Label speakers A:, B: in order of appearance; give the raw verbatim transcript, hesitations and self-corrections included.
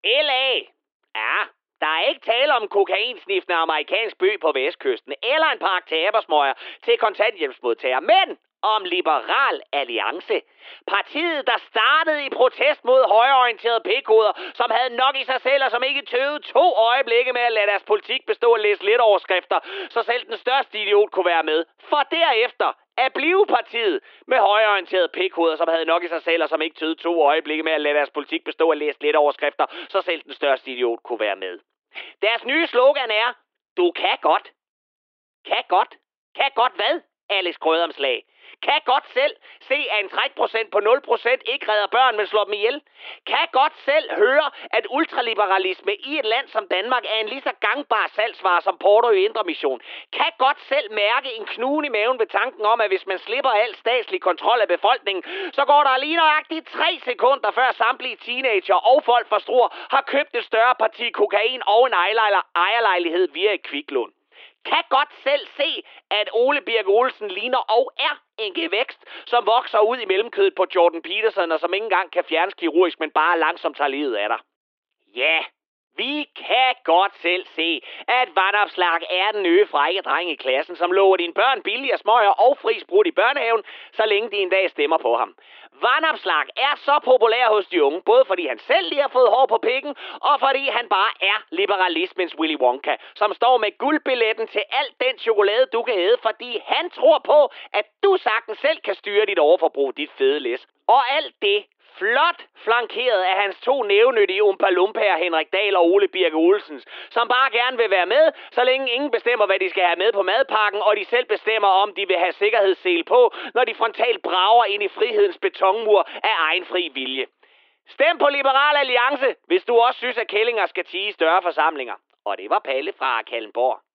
A: L A. Ja, der er ikke tale om en kokainsniffende amerikansk by på vestkysten, eller en pakke tabersmøger til kontanthjælpsmodtagere, men om Liberal Alliance. Partiet, der startede i protest mod højreorienterede pikhoveder, som havde nok i sig selv, og som ikke tøvede to øjeblikke med at lade deres politik bestå af læse lidt overskrifter, så selv den største idiot kunne være med. For derefter at blive partiet med højreorienterede pikhoveder, som havde nok i sig selv, og som ikke tøvede to øjeblikke med at lade deres politik bestå af læse lidt overskrifter, så selv den største idiot kunne være med. Deres nye slogan er, du kan godt. Kan godt. Kan godt hvad, Alex Grødomslag? Kan godt selv se, at en trækprocent på nul procent ikke redder børn, men slår dem ihjel. Kan godt selv høre, at ultraliberalisme i et land som Danmark er en lige så gangbar salgsvare som porto i Indre Mission. Kan godt selv mærke en knugen i maven ved tanken om, at hvis man slipper al statslig kontrol af befolkningen, så går der lige nøjagtigt tre sekunder før samtlige teenager og folk fra Struer har købt et større parti kokain og en ejerlejlighed via et kviklån. Kan godt selv se, at Ole Birk Olesen ligner og er en gevækst, som vokser ud i mellemkødet på Jordan Peterson, og som ikke engang kan fjernes kirurgisk, men bare langsomt tager livet af dig. Ja, vi kan godt selv se, at Vandopslag er den nye frække dreng i klassen, som lover dine børn billigere smøger og fri sprut i børnehaven, så længe de en dag stemmer på ham. Vandopslag er så populær hos de unge, både fordi han selv lige har fået hår på pikken, og fordi han bare er liberalismens Willy Wonka, som står med guldbilletten til alt den chokolade, du kan æde, fordi han tror på, at du sagtens selv kan styre dit overforbrug, dit fede læs. Og alt det flot flankeret af hans to nævnyttige Umpa Lumpaer, Henrik Dahl og Ole Birk Olsens, som bare gerne vil være med, så længe ingen bestemmer, hvad de skal have med på madpakken, og de selv bestemmer, om de vil have sikkerhedssele på, når de frontalt brager ind i frihedens betonmur af egen fri vilje. Stem på Liberal Alliance, hvis du også synes, at kællinger skal tie i større forsamlinger. Og det var Palle fra Kallenborg.